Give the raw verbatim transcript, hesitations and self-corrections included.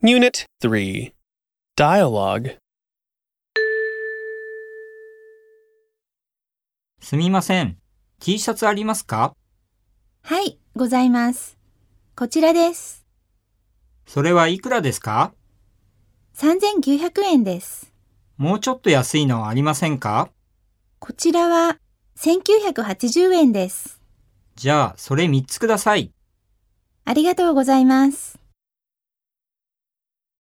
Unit three. Dialogue. すみません。T シャツありますか？ はい、ございます。こちらです。 それはいくらですか？ さんぜんきゅうひゃくえんです。 もうちょっと安いのはありませんか？ こちらはせんきゅうひゃくはちじゅうえんです。 じゃあ、それみっつください。 ありがとうございます。